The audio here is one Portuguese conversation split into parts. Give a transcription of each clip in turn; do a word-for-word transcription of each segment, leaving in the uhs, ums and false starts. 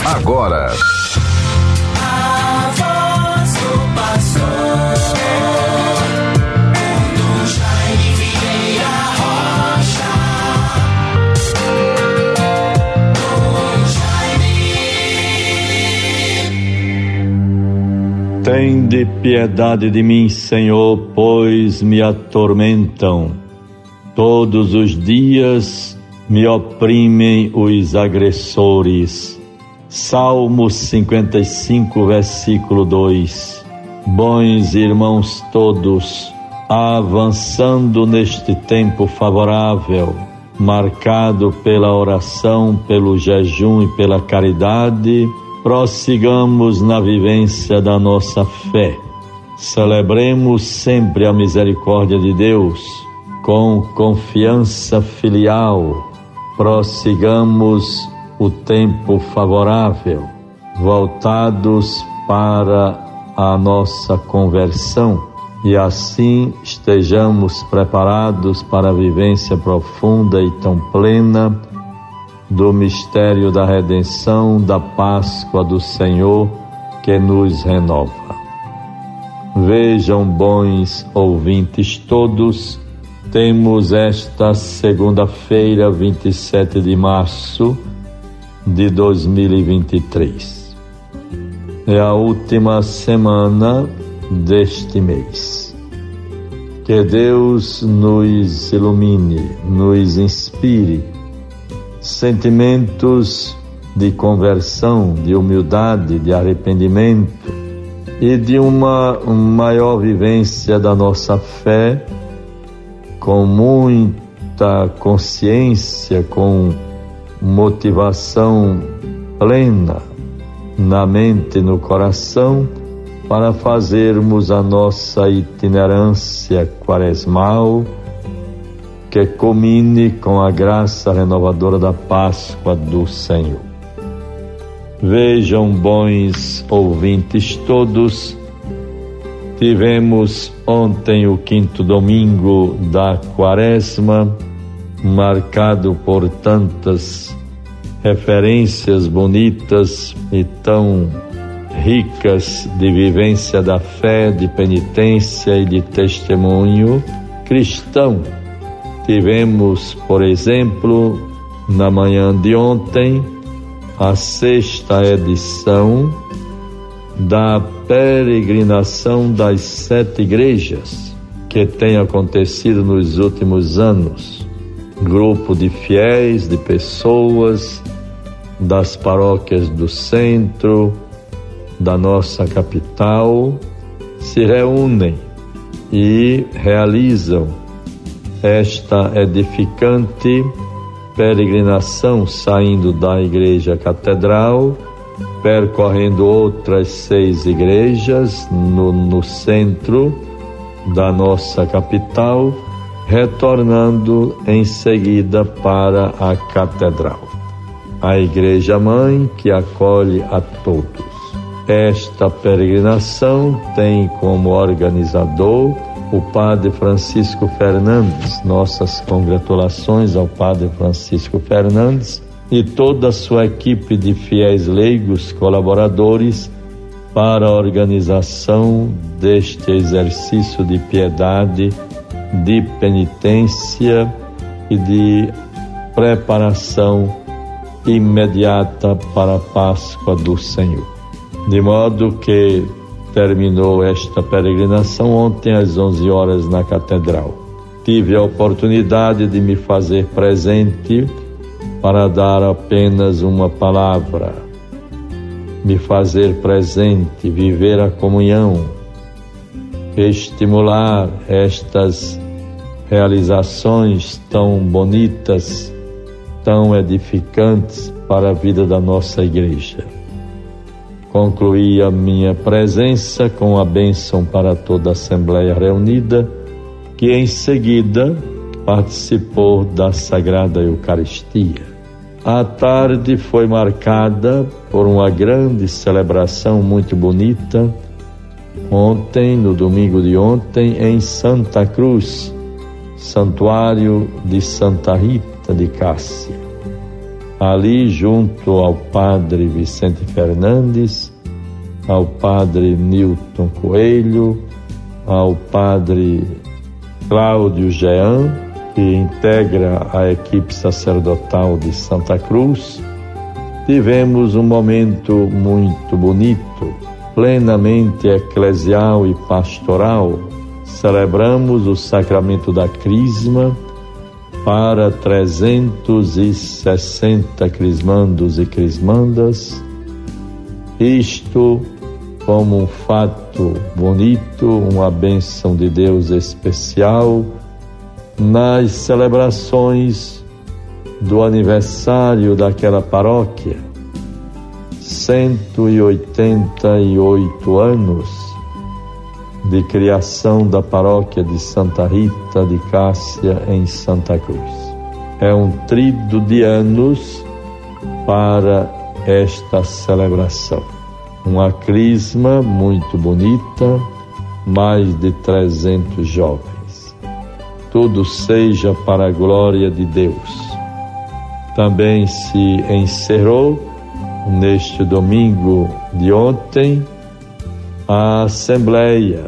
agora. A voz do pastor, do Jaime Vieira Rocha, do Jaime. Tende piedade de mim, Senhor, pois me atormentam. Todos os dias me oprimem os agressores. Salmo cinquenta e cinco, versículo dois. Bons irmãos todos, avançando neste tempo favorável, marcado pela oração, pelo jejum e pela caridade, prossigamos na vivência da nossa fé. Celebremos sempre a misericórdia de Deus, com confiança filial. Prossigamos o tempo favorável, voltados para a nossa conversão, e assim estejamos preparados para a vivência profunda e tão plena do mistério da redenção, da Páscoa do Senhor que nos renova. Vejam, bons ouvintes todos, temos esta segunda-feira, vinte e sete de março de dois mil e vinte e três. É a última semana deste mês. Que Deus nos ilumine, nos inspire sentimentos de conversão, de humildade, de arrependimento e de uma maior vivência da nossa fé, com muita consciência, com motivação plena na mente e no coração, para fazermos a nossa itinerância quaresmal, que culmine com a graça renovadora da Páscoa do Senhor. Vejam, bons ouvintes todos, tivemos ontem o quinto domingo da Quaresma, marcado por tantas referências bonitas e tão ricas de vivência da fé, de penitência e de testemunho cristão. Tivemos, por exemplo, na manhã de ontem, a sexta edição da peregrinação das sete igrejas, que tem acontecido nos últimos anos. Grupo de fiéis, de pessoas das paróquias do centro, da nossa capital, se reúnem e realizam esta edificante peregrinação, saindo da igreja catedral, percorrendo outras seis igrejas no, no centro da nossa capital, retornando em seguida para a catedral, a igreja mãe que acolhe a todos. Esta peregrinação tem como organizador o Padre Francisco Fernandes. Nossas congratulações ao Padre Francisco Fernandes e toda a sua equipe de fiéis leigos colaboradores para a organização deste exercício de piedade, de penitência e de preparação imediata para a Páscoa do Senhor. De modo que terminou esta peregrinação ontem às onze horas na catedral. Tive a oportunidade de me fazer presente para dar apenas uma palavra, me fazer presente, viver a comunhão, estimular estas realizações tão bonitas, tão edificantes para a vida da nossa igreja. Concluí a minha presença com a bênção para toda a Assembleia reunida, que em seguida participou da Sagrada Eucaristia. A tarde foi marcada por uma grande celebração muito bonita, ontem, no domingo de ontem, em Santa Cruz, Santuário de Santa Rita de Cássia. ali junto ao padre Vicente Fernandes, ao padre Nilton Coelho, ao padre Cláudio Jean, que integra a equipe sacerdotal de Santa Cruz. Tivemos um momento muito bonito, plenamente eclesial e pastoral. Celebramos o sacramento da Crisma para trezentos e sessenta crismandos e crismandas. Isto como um fato bonito, uma bênção de Deus especial nas celebrações do aniversário daquela paróquia. cento e oitenta e oito anos de criação da paróquia de Santa Rita de Cássia em Santa Cruz. É um tríduo de anos para esta celebração. Uma crisma muito bonita, mais de trezentos jovens. Tudo seja para a glória de Deus. Também se encerrou, neste domingo de ontem, a Assembleia,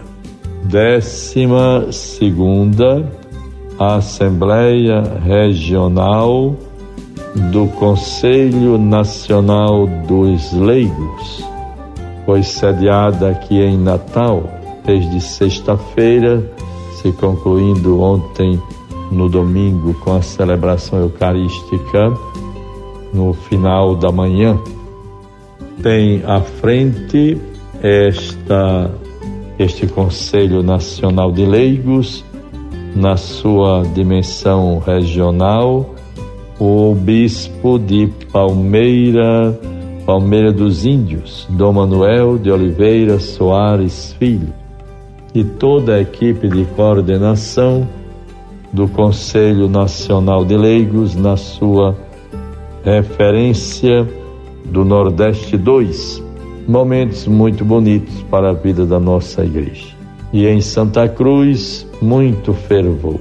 décima segunda Assembleia Regional do Conselho Nacional dos Leigos. Foi sediada aqui em Natal, desde sexta-feira, se concluindo ontem no domingo com a celebração eucarística no final da manhã. Tem à frente esta, este Conselho Nacional de Leigos, na sua dimensão regional, o bispo de Palmeira, Palmeira dos Índios, Dom Manuel de Oliveira Soares Filho, e toda a equipe de coordenação do Conselho Nacional de Leigos, na sua referência do Nordeste dois. Momentos muito bonitos para a vida da nossa igreja. E em Santa Cruz, muito fervor.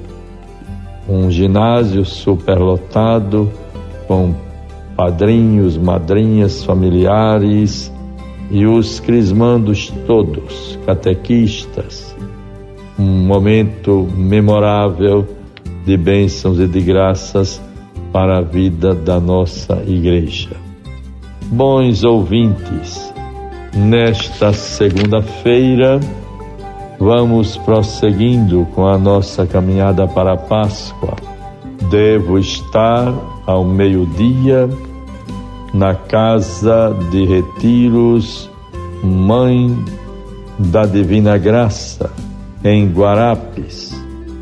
Um ginásio superlotado, com padrinhos, madrinhas, familiares e os crismandos todos, catequistas. Um momento memorável de bênçãos e de graças para a vida da nossa igreja. Bons ouvintes, nesta segunda-feira, vamos prosseguindo com a nossa caminhada para a Páscoa. Devo estar ao meio-dia na Casa de Retiros Mãe da Divina Graça, em Guarapes,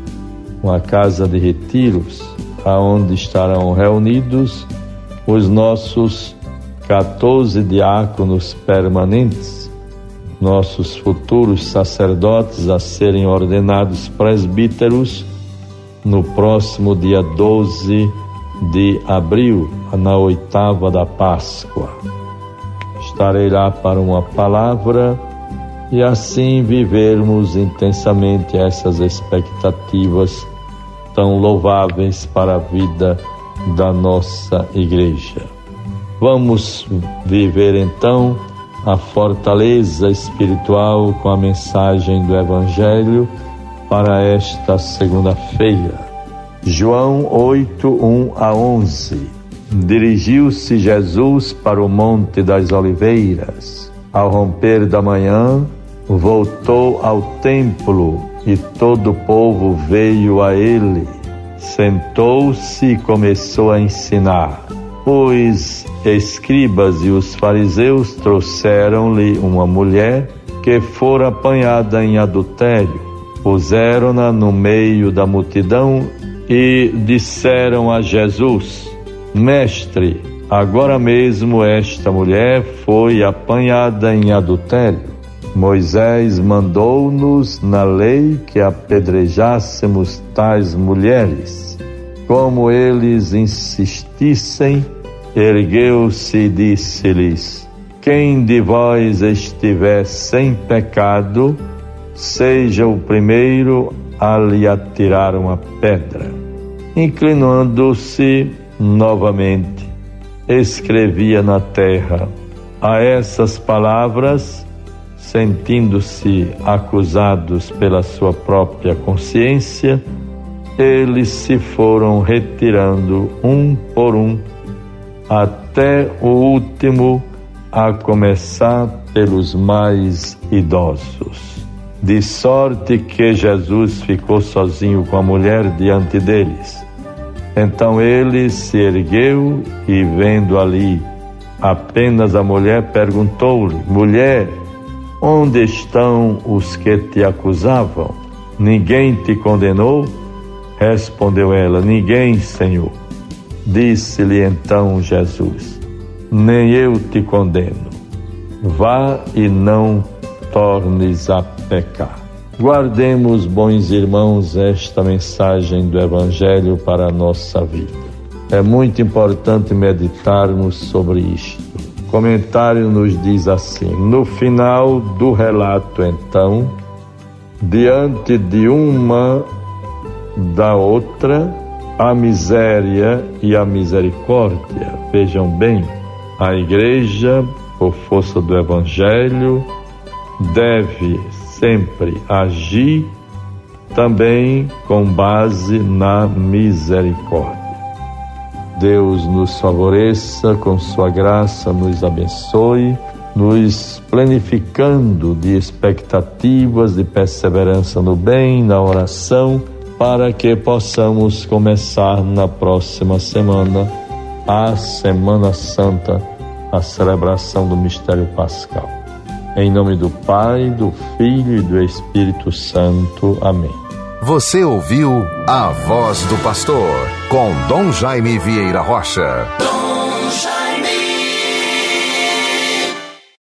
uma casa de retiros aonde estarão reunidos os nossos quatorze diáconos permanentes, nossos futuros sacerdotes a serem ordenados presbíteros no próximo dia doze de abril, na oitava da Páscoa. Estarei lá para uma palavra e assim vivermos intensamente essas expectativas tão louváveis para a vida da nossa igreja. Vamos viver então a fortaleza espiritual com a mensagem do Evangelho para esta segunda-feira. João oito, um a onze. Dirigiu-se Jesus para o Monte das Oliveiras. Ao romper da manhã, voltou ao templo e todo o povo veio a ele. Sentou-se e começou a ensinar. Os escribas e os fariseus trouxeram-lhe uma mulher que fora apanhada em adultério. Puseram-na no meio da multidão e disseram a Jesus: Mestre, agora mesmo esta mulher foi apanhada em adultério. Moisés mandou-nos na lei que apedrejássemos tais mulheres. Como eles insistissem, ergueu-se e disse-lhes: Quem de vós estiver sem pecado, seja o primeiro a lhe atirar uma pedra. Inclinando-se novamente, escrevia na terra. A essas palavras, sentindo-se acusados pela sua própria consciência, eles se foram retirando um por um, até o último, a começar pelos mais idosos. De sorte que Jesus ficou sozinho com a mulher diante deles. Então ele se ergueu e, vendo ali apenas a mulher, perguntou-lhe: mulher, onde estão os que te acusavam? Ninguém te condenou? Respondeu ela: ninguém, Senhor. Disse-lhe então Jesus: nem eu te condeno. Vá e não tornes a pecar. Guardemos, bons irmãos, esta mensagem do Evangelho para a nossa vida. É muito importante meditarmos sobre isto. O comentário nos diz assim: no final do relato, então, diante de uma da outra, a miséria e a misericórdia. Vejam bem, a Igreja, por força do Evangelho, deve sempre agir também com base na misericórdia. Deus nos favoreça, com sua graça nos abençoe, nos planificando de expectativas, de perseverança no bem, na oração, para que possamos começar na próxima semana a Semana Santa, a celebração do Mistério Pascal. Em nome do Pai, do Filho e do Espírito Santo. Amém. Você ouviu A Voz do Pastor, com Dom Jaime Vieira Rocha.